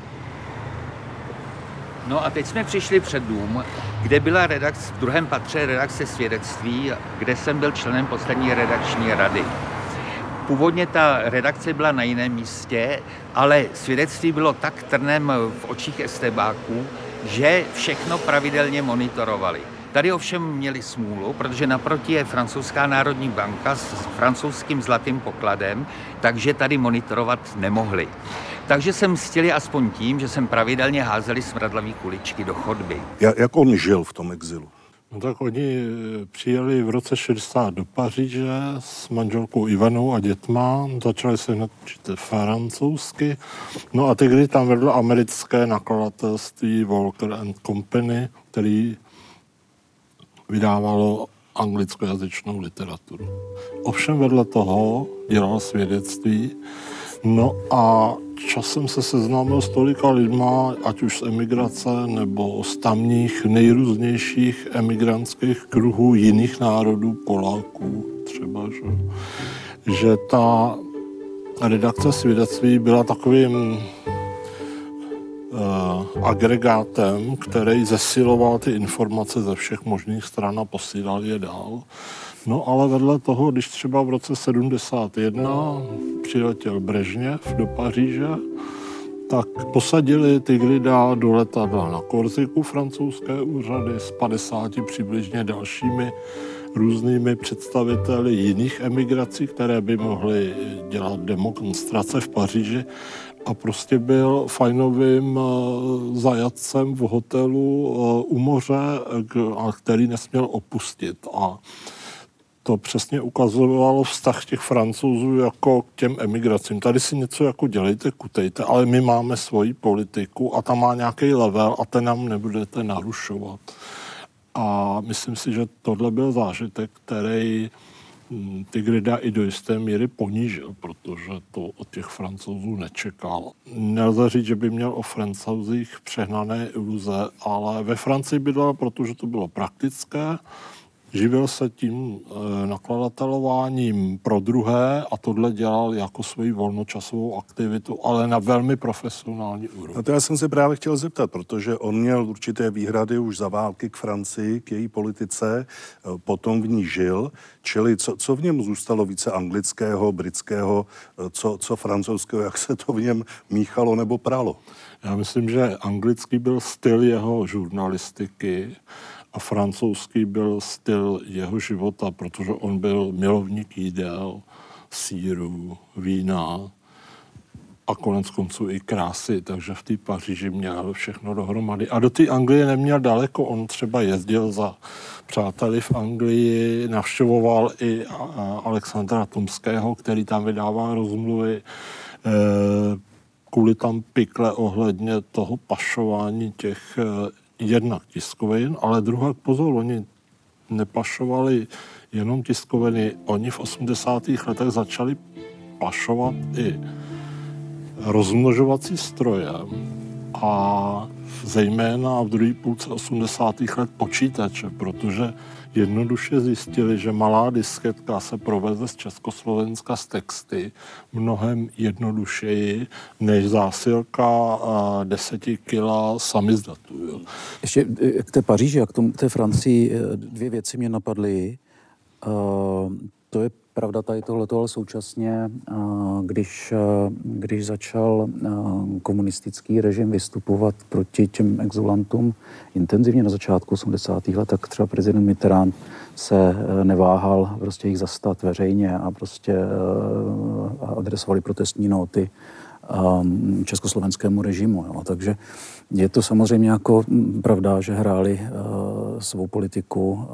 No a teď jsme přišli před dům, kde byla redakce, v druhém patře redakce svědectví, kde jsem byl členem poslední redakční rady. Původně ta redakce byla na jiném místě, ale svědectví bylo tak trnem v očích estébáků, že všechno pravidelně monitorovali. Tady ovšem měli smůlu, protože naproti je francouzská národní banka s francouzským zlatým pokladem, takže tady monitorovat nemohli. Takže jsem mstili aspoň tím, že jsem pravidelně házeli smradlavý kuličky do chodby. Jak on žil v tom exilu? No tak oni přijeli v roce šedesát do Paříže s manželkou Ivanou a dětma, začali se hned učit francouzsky. No a tehdy tam vedlo americké nakladatelství Walker and Company, který vydávalo anglickojazyčnou literaturu. Ovšem vedle toho dělal svědectví. No a časem se seznámil s tolika lidma, ať už z emigrace nebo z tamních nejrůznějších emigrantských kruhů jiných národů, Poláků třeba, že, že ta redakce svědectví byla takovým uh, agregátem, který zesiloval ty informace ze všech možných stran a posílal je dál. No ale vedle toho, když třeba v roce sedmdesát jedna přiletěl Brežněv do Paříže, tak posadili Tigrida do letadla na Korsiku francouzské úřady s padesáti přibližně dalšími různými představiteli jiných emigrací, které by mohly dělat demonstrace v Paříži, a prostě byl fajnovým zajatcem v hotelu u moře, který nesměl opustit. A to přesně ukazovalo vztah těch Francouzů jako k těm emigracím. Tady si něco jako dělejte, kutejte, ale my máme svoji politiku a tam má nějaký level a ten nám nebudete narušovat. A myslím si, že tohle byl zážitek, který Tigrida i do jisté míry ponížil, protože to od těch Francouzů nečekal. Nelze říct, že by měl o Francouzích přehnané iluze, ale ve Francii bydlel, protože to bylo praktické, živil se tím e, nakladatelováním pro druhé a tohle dělal jako svoji volnočasovou aktivitu, ale na velmi profesionální úrovni. A to já jsem se právě chtěl zeptat, protože on měl určité výhrady už za války k Francii, k její politice, potom v ní žil, čili co, co v něm zůstalo více anglického, britského, co, co francouzského, jak se to v něm míchalo nebo pralo? Já myslím, že anglický byl styl jeho žurnalistiky, a francouzský byl styl jeho života, protože on byl milovník jídel, sýrů, vína a konec konců i krásy, takže v té Paříži měl všechno dohromady. A do té Anglie neměl daleko, on třeba jezdil za přáteli v Anglii, navštěvoval i Alexandra Tomského, který tam vydává rozmluvy, kvůli tam pikle ohledně toho pašování těch jednak tiskovin, ale druhá, pozor, oni nepašovali jenom tiskoviny, oni v osmdesátých letech začali pašovat i rozmnožovací stroje a zejména v druhé půlce osmdesátých let počítače, protože jednoduše zjistili, že malá disketka se proveze z Československa z texty mnohem jednodušeji než zásilka deseti kila samizdatů. Ještě k té Paříži a k tomu, té Francii dvě věci mě napadly. Uh, to je pravda tady tohleto, ale současně, uh, když, uh, když začal uh, komunistický režim vystupovat proti těm exulantům intenzivně na začátku osmdesátých let, tak třeba prezident Mitterrand se uh, neváhal prostě jich zastat veřejně a prostě uh, adresovali protestní nóty um, československému režimu. Jo. Takže je to samozřejmě jako pravda, že hráli uh, svou politiku uh,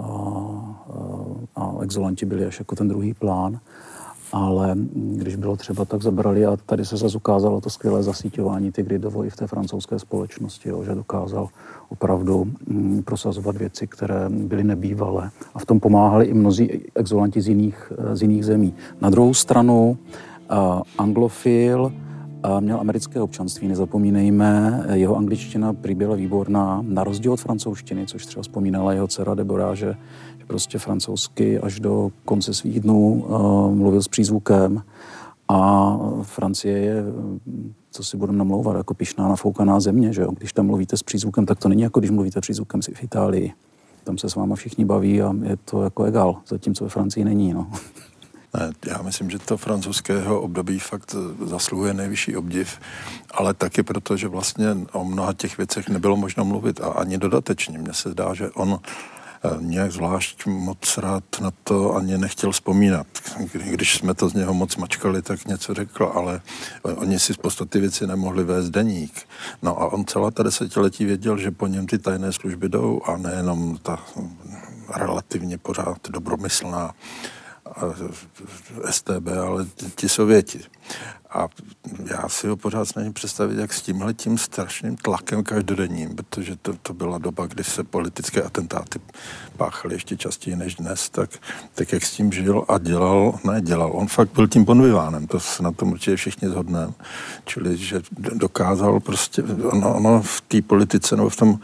uh, a exulanti byli až jako ten druhý plán, ale když bylo třeba, tak zabrali a tady se zase ukázalo to skvělé zasíťování Tigridovo i v té francouzské společnosti, jo, že dokázal opravdu um, prosazovat věci, které byly nebývalé a v tom pomáhali i mnozí exulanti z jiných, z jiných zemí. Na druhou stranu uh, anglofil a měl americké občanství, nezapomínejme, jeho angličtina prý byla výborná, na rozdíl od francouzštiny, což třeba vzpomínala jeho dcera Deborah, že, že prostě francouzsky až do konce svých dnů uh, mluvil s přízvukem a Francie je, co si budeme namlouvat, jako pyšná nafoukaná země, že jo? Když tam mluvíte s přízvukem, tak to není jako když mluvíte přízvukem v Itálii. Tam se s váma všichni baví a je to jako egal, zatímco ve Francii není, no. Ne, já myslím, že to francouzského období fakt zasluhuje nejvyšší obdiv, ale taky proto, že vlastně o mnoha těch věcech nebylo možno mluvit a ani dodatečně. Mně se zdá, že on nějak zvlášť moc rád na to ani nechtěl vzpomínat. Když jsme to z něho moc mačkali, tak něco řekl, ale oni si z podstaty věci nemohli vést deník. No a on celá ta desetiletí věděl, že po něm ty tajné služby jdou a nejenom ta relativně pořád dobromyslná S T B, ale ti Sověti. A já si ho pořád snažím představit, jak s tímhletím strašným tlakem každodenním, protože to, to byla doba, kdy se politické atentáty páchaly ještě častěji než dnes, tak, tak jak s tím žil a dělal, ne dělal, on fakt byl tím bonvivánem, to se na tom určitě všichni shodneme, čili že dokázal prostě, ono, ono v té politice nebo v tom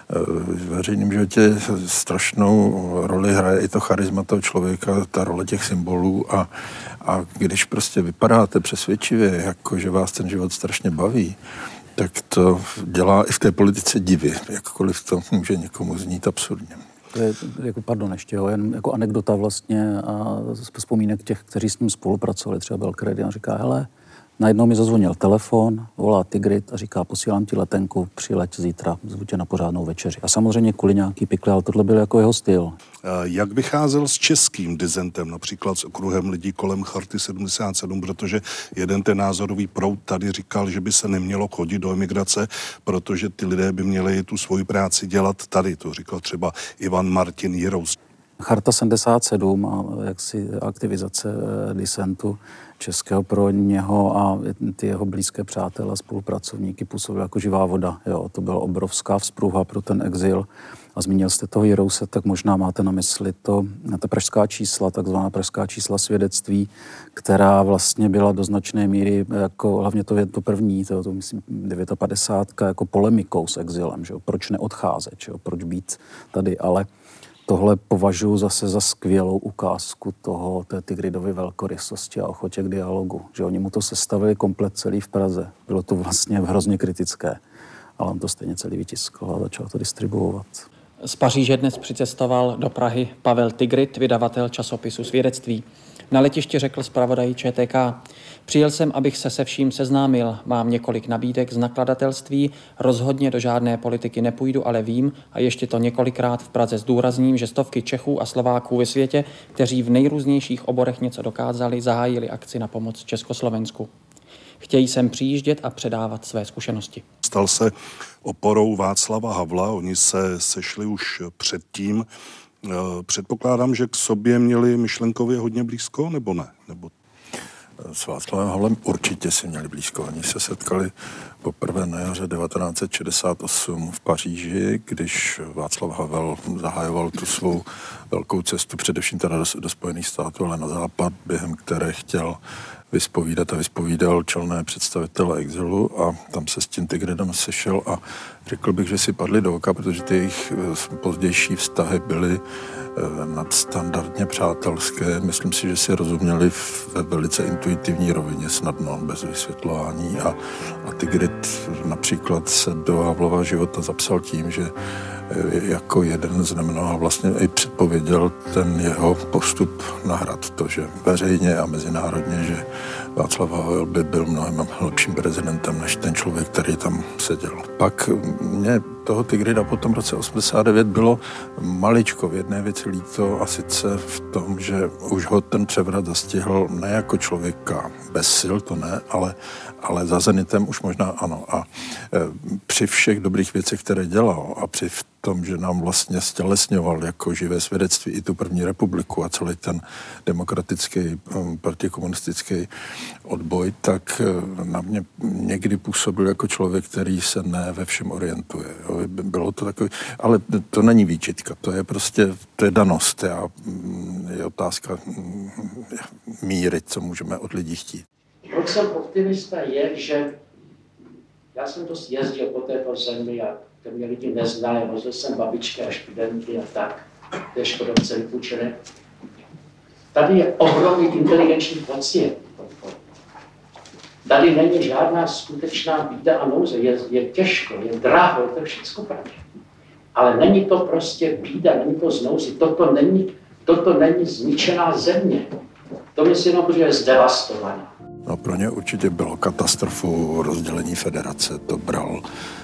v veřejném životě strašnou roli hraje i to charisma toho člověka, ta role těch symbolů a, a když prostě vypadáte přesvědčivě, jako že vás ten život strašně baví, tak to dělá i v té politice divy, jakkoliv to může někomu znít absurdně. To je, jako, pardon, ještě, jo, jen jako anekdota vlastně a vzpomínek těch, kteří s ním spolupracovali, třeba Belkredy, a říká, hele, najednou mi zazvonil telefon, volá Tigrid a říká, posílám ti letenku, přileď zítra, zvu tě na pořádnou večeři. A samozřejmě kvůli nějaký pikle, ale tohle byl jako jeho styl. Jak vycházel s českým dizentem, například s okruhem lidí kolem Charty sedmdesát sedm, protože jeden ten názorový proud tady říkal, že by se nemělo chodit do emigrace, protože ty lidé by měli tu svoji práci dělat tady. To říkal třeba Ivan Martin Jirous. Charta sedmdesát sedm a jaksi aktivizace disentu českého pro něho a ty jeho blízké přátelé a spolupracovníky působily jako živá voda. Jo, to byla obrovská vzpruha pro ten exil. A zmínil jste toho Jirouse, tak možná máte na mysli to, ta pražská čísla, takzvaná pražská čísla svědectví, která vlastně byla do značné míry, jako hlavně to je to první, to, to myslím padesát devět, jako polemikou s exilem, že jo, proč neodcházet, že jo, proč být tady, ale tohle považuji zase za skvělou ukázku toho, té Tigridovy velkorysosti a ochotě k dialogu, že oni mu to sestavili komplet celý v Praze. Bylo to vlastně hrozně kritické, ale on to stejně celý vytiskl a začal to distribuovat. Z Paříže dnes přicestoval do Prahy Pavel Tigrid, vydavatel časopisu Svědectví. Na letišti řekl zpravodaji Č T K. Přijel jsem, abych se se vším seznámil. Mám několik nabídek z nakladatelství. Rozhodně do žádné politiky nepůjdu, ale vím, a ještě to několikrát v Praze zdůrazním, že stovky Čechů a Slováků ve světě, kteří v nejrůznějších oborech něco dokázali, zahájili akci na pomoc Československu. Chtějí sem přijíždět a předávat své zkušenosti. Stal se oporou Václava Havla, oni se sešli už předtím. Předpokládám, že k sobě měli myšlenkově hodně blízko, nebo ne? Nebo... S Václavem Havlem určitě si měli blízko. Oni se setkali poprvé na jaře devatenáct set šedesát osm v Paříži, když Václav Havel zahajoval tu svou velkou cestu, především teda do, do Spojených států, ale na západ, během které chtěl vyspovídat a vyspovídal čelné představitele exilu a tam se s tím Tigridem sešel a řekl bych, že si padli do oka, protože ty jejich pozdější vztahy byly nadstandardně přátelské. Myslím si, že si rozuměli ve velice intuitivní rovině, snadno, bez vysvětlování a, a Tigrid například se do Havlova života zapsal tím, že jako jeden z nemnoha vlastně i předpověděl ten jeho postup na hrad. To, že veřejně a mezinárodně, že Václav Havel by byl mnohem lepším prezidentem než ten člověk, který tam seděl. Pak mě toho Tigrida po tom roce osmdesát devět bylo maličko v jedné věci líto a sice v tom, že už ho ten převrat zastihl ne jako člověka bez sil, to ne, ale, ale za zenitem už možná ano. A e, při všech dobrých věcech, které dělal a při tom, že nám vlastně stělesňoval jako živé svědectví i tu první republiku a celý ten demokratický protikomunistický odboj, tak na mě někdy působil jako člověk, který se ne ve všem orientuje. Jo. Bylo to takový, ale to není výčitka, to je prostě, to je danost. Já, je otázka míry, co můžeme od lidí chtít. Proč jsem optimista je, že já jsem dost jezdil po této zemi a to mě lidi neznali, vozil jsem babičky a studenty a tak, to je Škodovce vypůjčené. Tady je ohromný inteligenční pocit. Tady není žádná skutečná bída a nouze, je, je těžko, je dráho, je to všechno pravda. Ale není to prostě bída, není to znouzi, toto není, toto není zničená země. To myslím jenom, že je zdevastovaná. No, pro ně určitě bylo katastrofu rozdělení federace, to bral.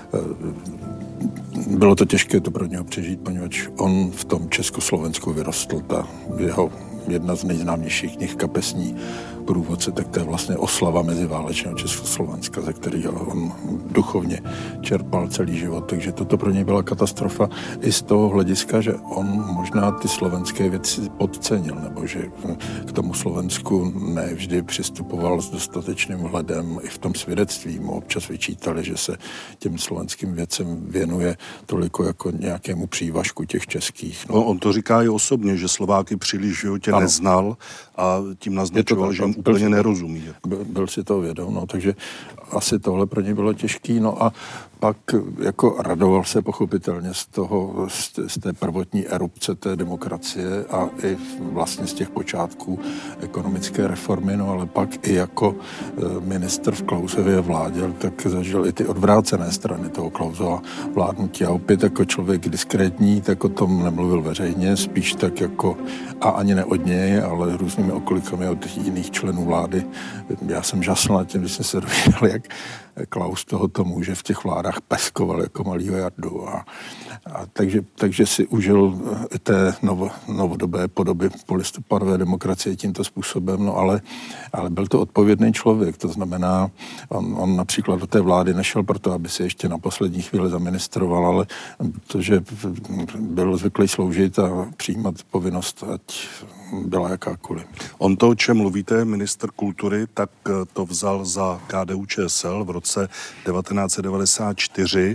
Bylo to těžké to pro něho přežít, poněvadž on v tom Československu vyrostl, ta jeho jedna z nejznámějších knih Kapesní průvodce, tak to je vlastně oslava meziválečného Československa, ze kterého on duchovně čerpal celý život. Takže toto pro něj byla katastrofa i z toho hlediska, že on možná ty slovenské věci podcenil, nebo že k tomu Slovensku ne vždy přistupoval s dostatečným vhledem. I v tom svědectví mu občas vyčítali, že se těm slovenským věcem věnuje toliko jako nějakému přívažku těch českých. No. On to říká i osobně, že Slováky příliš v životě ano. neznal a tím naznačoval, že jim úplně nerozumí. Byl, byl si to vědom, no, takže asi tohle pro ně bylo těžký. No a pak jako radoval se pochopitelně z toho, z té prvotní erupce té demokracie a i vlastně z těch počátků ekonomické reformy, no ale pak i jako ministr v Klausově vládě, tak zažil i ty odvrácené strany toho Klausova vládnutí a opět jako člověk diskrétní, tak o tom nemluvil veřejně, spíš tak jako a ani ne od něj, ale různými okolikami od jiných členů vlády. Já jsem žasl nad tím, když jsem se dověděl, jak Klaus tohoto muže v těch vládách peskoval jako malýho jardu. A, a takže, takže si užil té novo, novodobé podoby polistopadové demokracie tímto způsobem, no ale, ale byl to odpovědný člověk, to znamená, on, on například do té vlády nešel proto, aby se ještě na poslední chvíli zaministroval, ale protože byl zvyklý sloužit a přijímat povinnost, ať byla jakákoliv. On to, o čem mluvíte, ministr kultury, tak to vzal za K D U Č S L v roce devatenáct set devadesát čtyři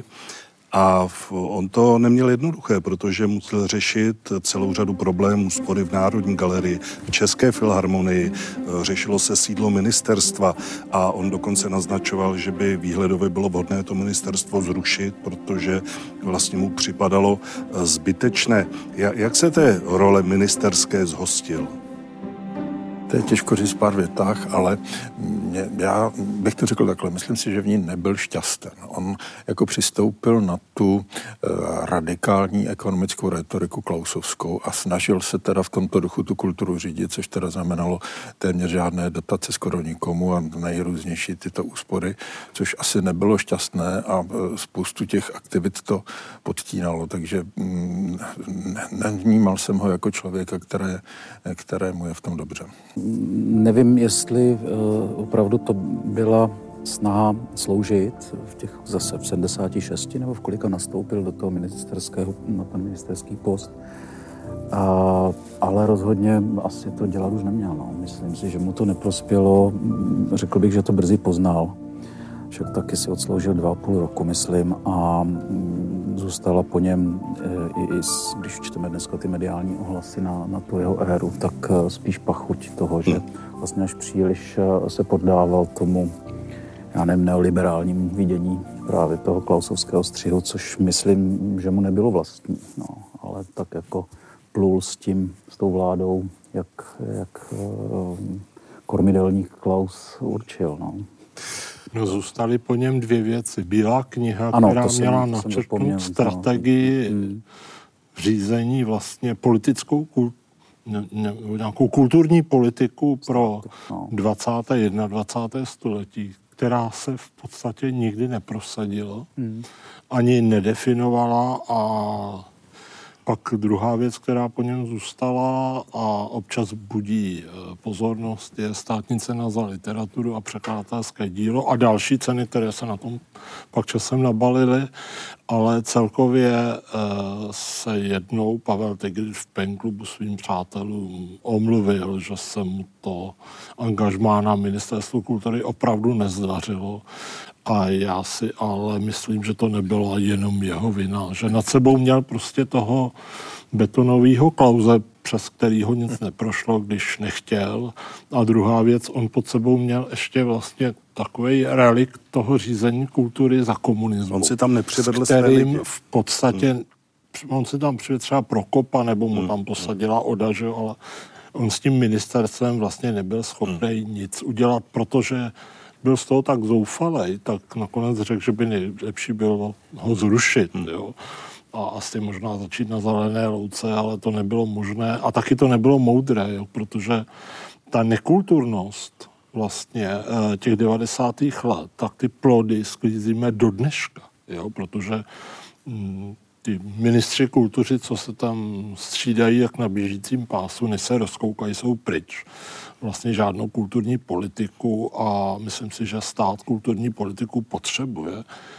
a on to neměl jednoduché, protože musel řešit celou řadu problémů, spory v Národní galerii, v České filharmonii, řešilo se sídlo ministerstva a on dokonce naznačoval, že by výhledově bylo vhodné to ministerstvo zrušit, protože vlastně mu připadalo zbytečné. Jak se té role ministerské zhostil? To je těžko říct v pár větách, ale mě, já bych to řekl takhle. Myslím si, že v ní nebyl šťasten. On jako přistoupil na tu uh, radikální ekonomickou retoriku klausovskou a snažil se teda v tomto duchu tu kulturu řídit, což teda znamenalo téměř žádné dotace skoro nikomu a nejrůznější tyto úspory, což asi nebylo šťastné a uh, spoustu těch aktivit to podtínalo. Takže mm, ne, nevnímal jsem ho jako člověka, které, kterému je v tom dobře. Nevím, jestli uh, opravdu to byla snaha sloužit v těch zase v sedmdesáti šesti nebo v kolika nastoupil do toho ministerského, na ten ministerský post. A, ale rozhodně asi to dělat už neměl. No. Myslím si, že mu to neprospělo. Řekl bych, že to brzy poznal. Však taky si odsloužil dva a půl roku, myslím, a zůstala po něm, i, i když čteme dneska ty mediální ohlasy na, na tu jeho éru, tak spíš pachuť toho, že vlastně až příliš se poddával tomu, já nevím, neoliberálnímu vidění právě toho klausovského střihu, což myslím, že mu nebylo vlastní, no, ale tak jako plul s tím, s tou vládou, jak, jak kormidelník Klaus určil, no. No, zůstaly po něm dvě věci. Bílá kniha, ano, která jsem, měla načrtnout strategii no. řízení vlastně politickou, kul, ne, ne, nějakou kulturní politiku pro no. dvacáté a dvacáté první století, která se v podstatě nikdy neprosadila, hmm. ani nedefinovala a pak druhá věc, která po něm zůstala a občas budí pozornost, je státní cena za literaturu a překladatelské dílo a další ceny, které se na tom pak časem nabalily, ale celkově se jednou Pavel Tigrit v Pen klubu svým přátelům omluvil, že se mu to angažmá na ministerstvu kultury opravdu nezdařilo. A já si ale myslím, že to nebyla jenom jeho vina, že nad sebou měl prostě toho betonového Klause, přes kterýho nic neprošlo, když nechtěl. A druhá věc, on pod sebou měl ještě vlastně takový relikt toho řízení kultury za komunismu. On si tam nepřivedl své lidi. V podstatě, hmm. on si tam přivedl třeba Prokopa, nebo mu hmm. tam posadila Oda, že, ale on s tím ministerstvem vlastně nebyl schopný hmm. nic udělat, protože byl z toho tak zoufalej, tak nakonec řekl, že by nejlepší bylo ho zrušit, jo. A asi možná začít na zelené louce, ale to nebylo možné. A taky to nebylo moudré, jo, protože ta nekulturnost vlastně těch devadesátých let, tak ty plody sklízíme do dneška, jo, protože hm, ty ministři kultury, co se tam střídají jak na běžícím pásu, než se rozkoukají, jsou pryč. Vlastně žádnou kulturní politiku a myslím si, že stát kulturní politiku potřebuje,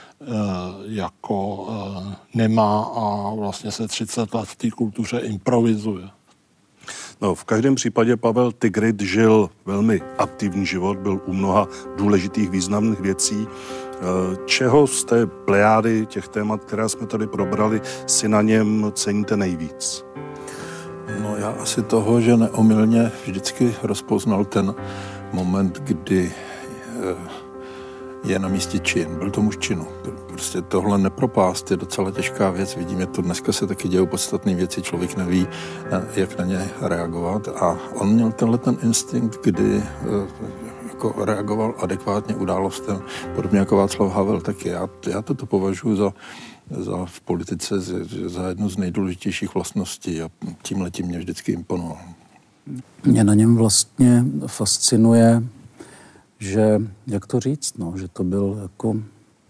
jako nemá a vlastně se třicet let v té kultuře improvizuje. No, v každém případě Pavel Tigrit žil velmi aktivní život, byl u mnoha důležitých významných věcí. Čeho z té plejády těch témat, která jsme tady probrali, si na něm ceníte nejvíc? No já asi toho, že neomylně vždycky rozpoznal ten moment, kdy je na místě čin. Byl to muž činu. Prostě tohle nepropást je docela těžká věc. Vidíme to, dneska se taky dějou podstatné věci, člověk neví, jak na ně reagovat. A on měl tenhle ten instinkt, kdy jako reagoval adekvátně událostem, podobně jako Václav Havel taky. Já, já toto považuji za, za v politice za jednu z nejdůležitějších vlastností a tímhletím mě vždycky imponoval. Mě na něm vlastně fascinuje, že, jak to říct, no, že to byl jako uh,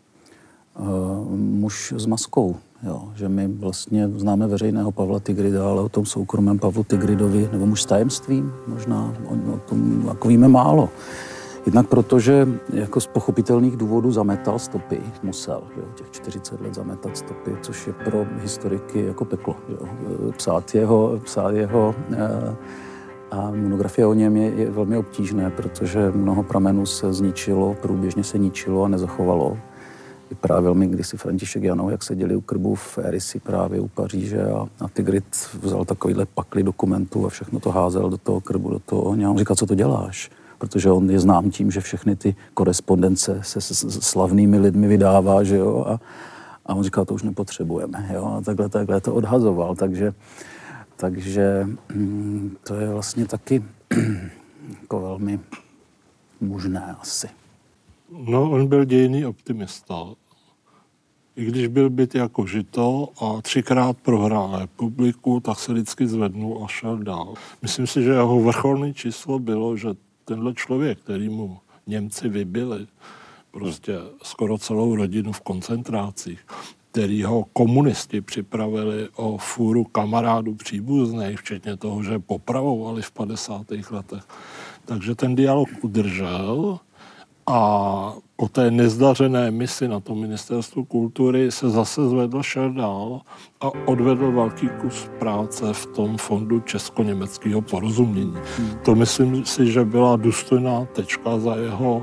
muž s maskou. Jo, že my vlastně známe veřejného Pavla Tigrida, ale o tom soukromém Pavlu Tigridovi, nebo muž s tajemstvím, možná o, o tom jako víme málo. Jednak protože jako z pochopitelných důvodů zametal stopy, musel, jo, těch čtyřicet let zametat stopy, což je pro historiky jako peklo. Jo. Psát jeho, psát jeho uh, a monografie o něm je, je velmi obtížné, protože mnoho pramenů se zničilo, průběžně se ničilo a nezachovalo. Vyprávěl mi kdysi František Janov, jak seděli u krbu v Erisi právě u Paříže a, a Tigrid vzal takovýhle pakly dokumentů a všechno to házel do toho krbu, do toho ohně. A on říkal, co to děláš? Protože on je znám tím, že všechny ty korespondence se s, s slavnými lidmi vydává, že jo, a, a on říkal, to už nepotřebujeme, jo, a takhle, takhle to odhazoval, takže Takže to je vlastně taky jako velmi možné asi. No, on byl dějný optimista. I když byl byt jako žito a třikrát prohrál republiku, tak se vždycky zvednul a šel dál. Myslím si, že jeho vrcholné číslo bylo, že tenhle člověk, který mu Němci vybili, prostě skoro celou rodinu v koncentrácích, který ho komunisti připravili o fůru kamarádů příbuzných, včetně toho, že popravovali v padesátých letech. Takže ten dialog udržel a po té nezdařené misi na tom ministerstvu kultury se zase zvedl, šel dál a odvedl velký kus práce v tom fondu česko-německého porozumění. Hmm. To myslím si, že byla důstojná tečka za jeho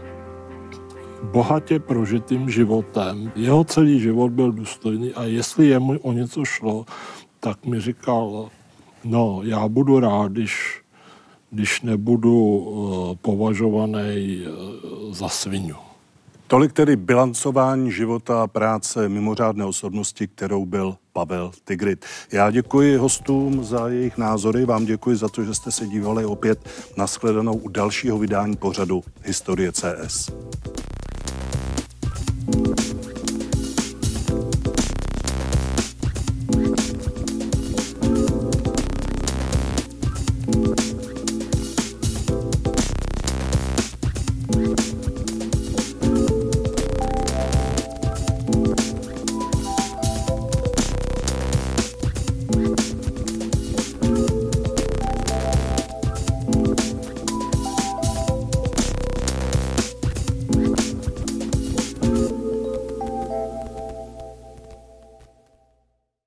bohatě prožitým životem. Jeho celý život byl důstojný a jestli jemu o něco šlo, tak mi říkal, no, já budu rád, když, když nebudu uh, považovaný uh, za svinu. Tolik tedy bilancování života a práce mimořádné osobnosti, kterou byl Pavel Tigrid. Já děkuji hostům za jejich názory, vám děkuji za to, že jste se dívali opět. Nashledanou u dalšího vydání pořadu Historie C S.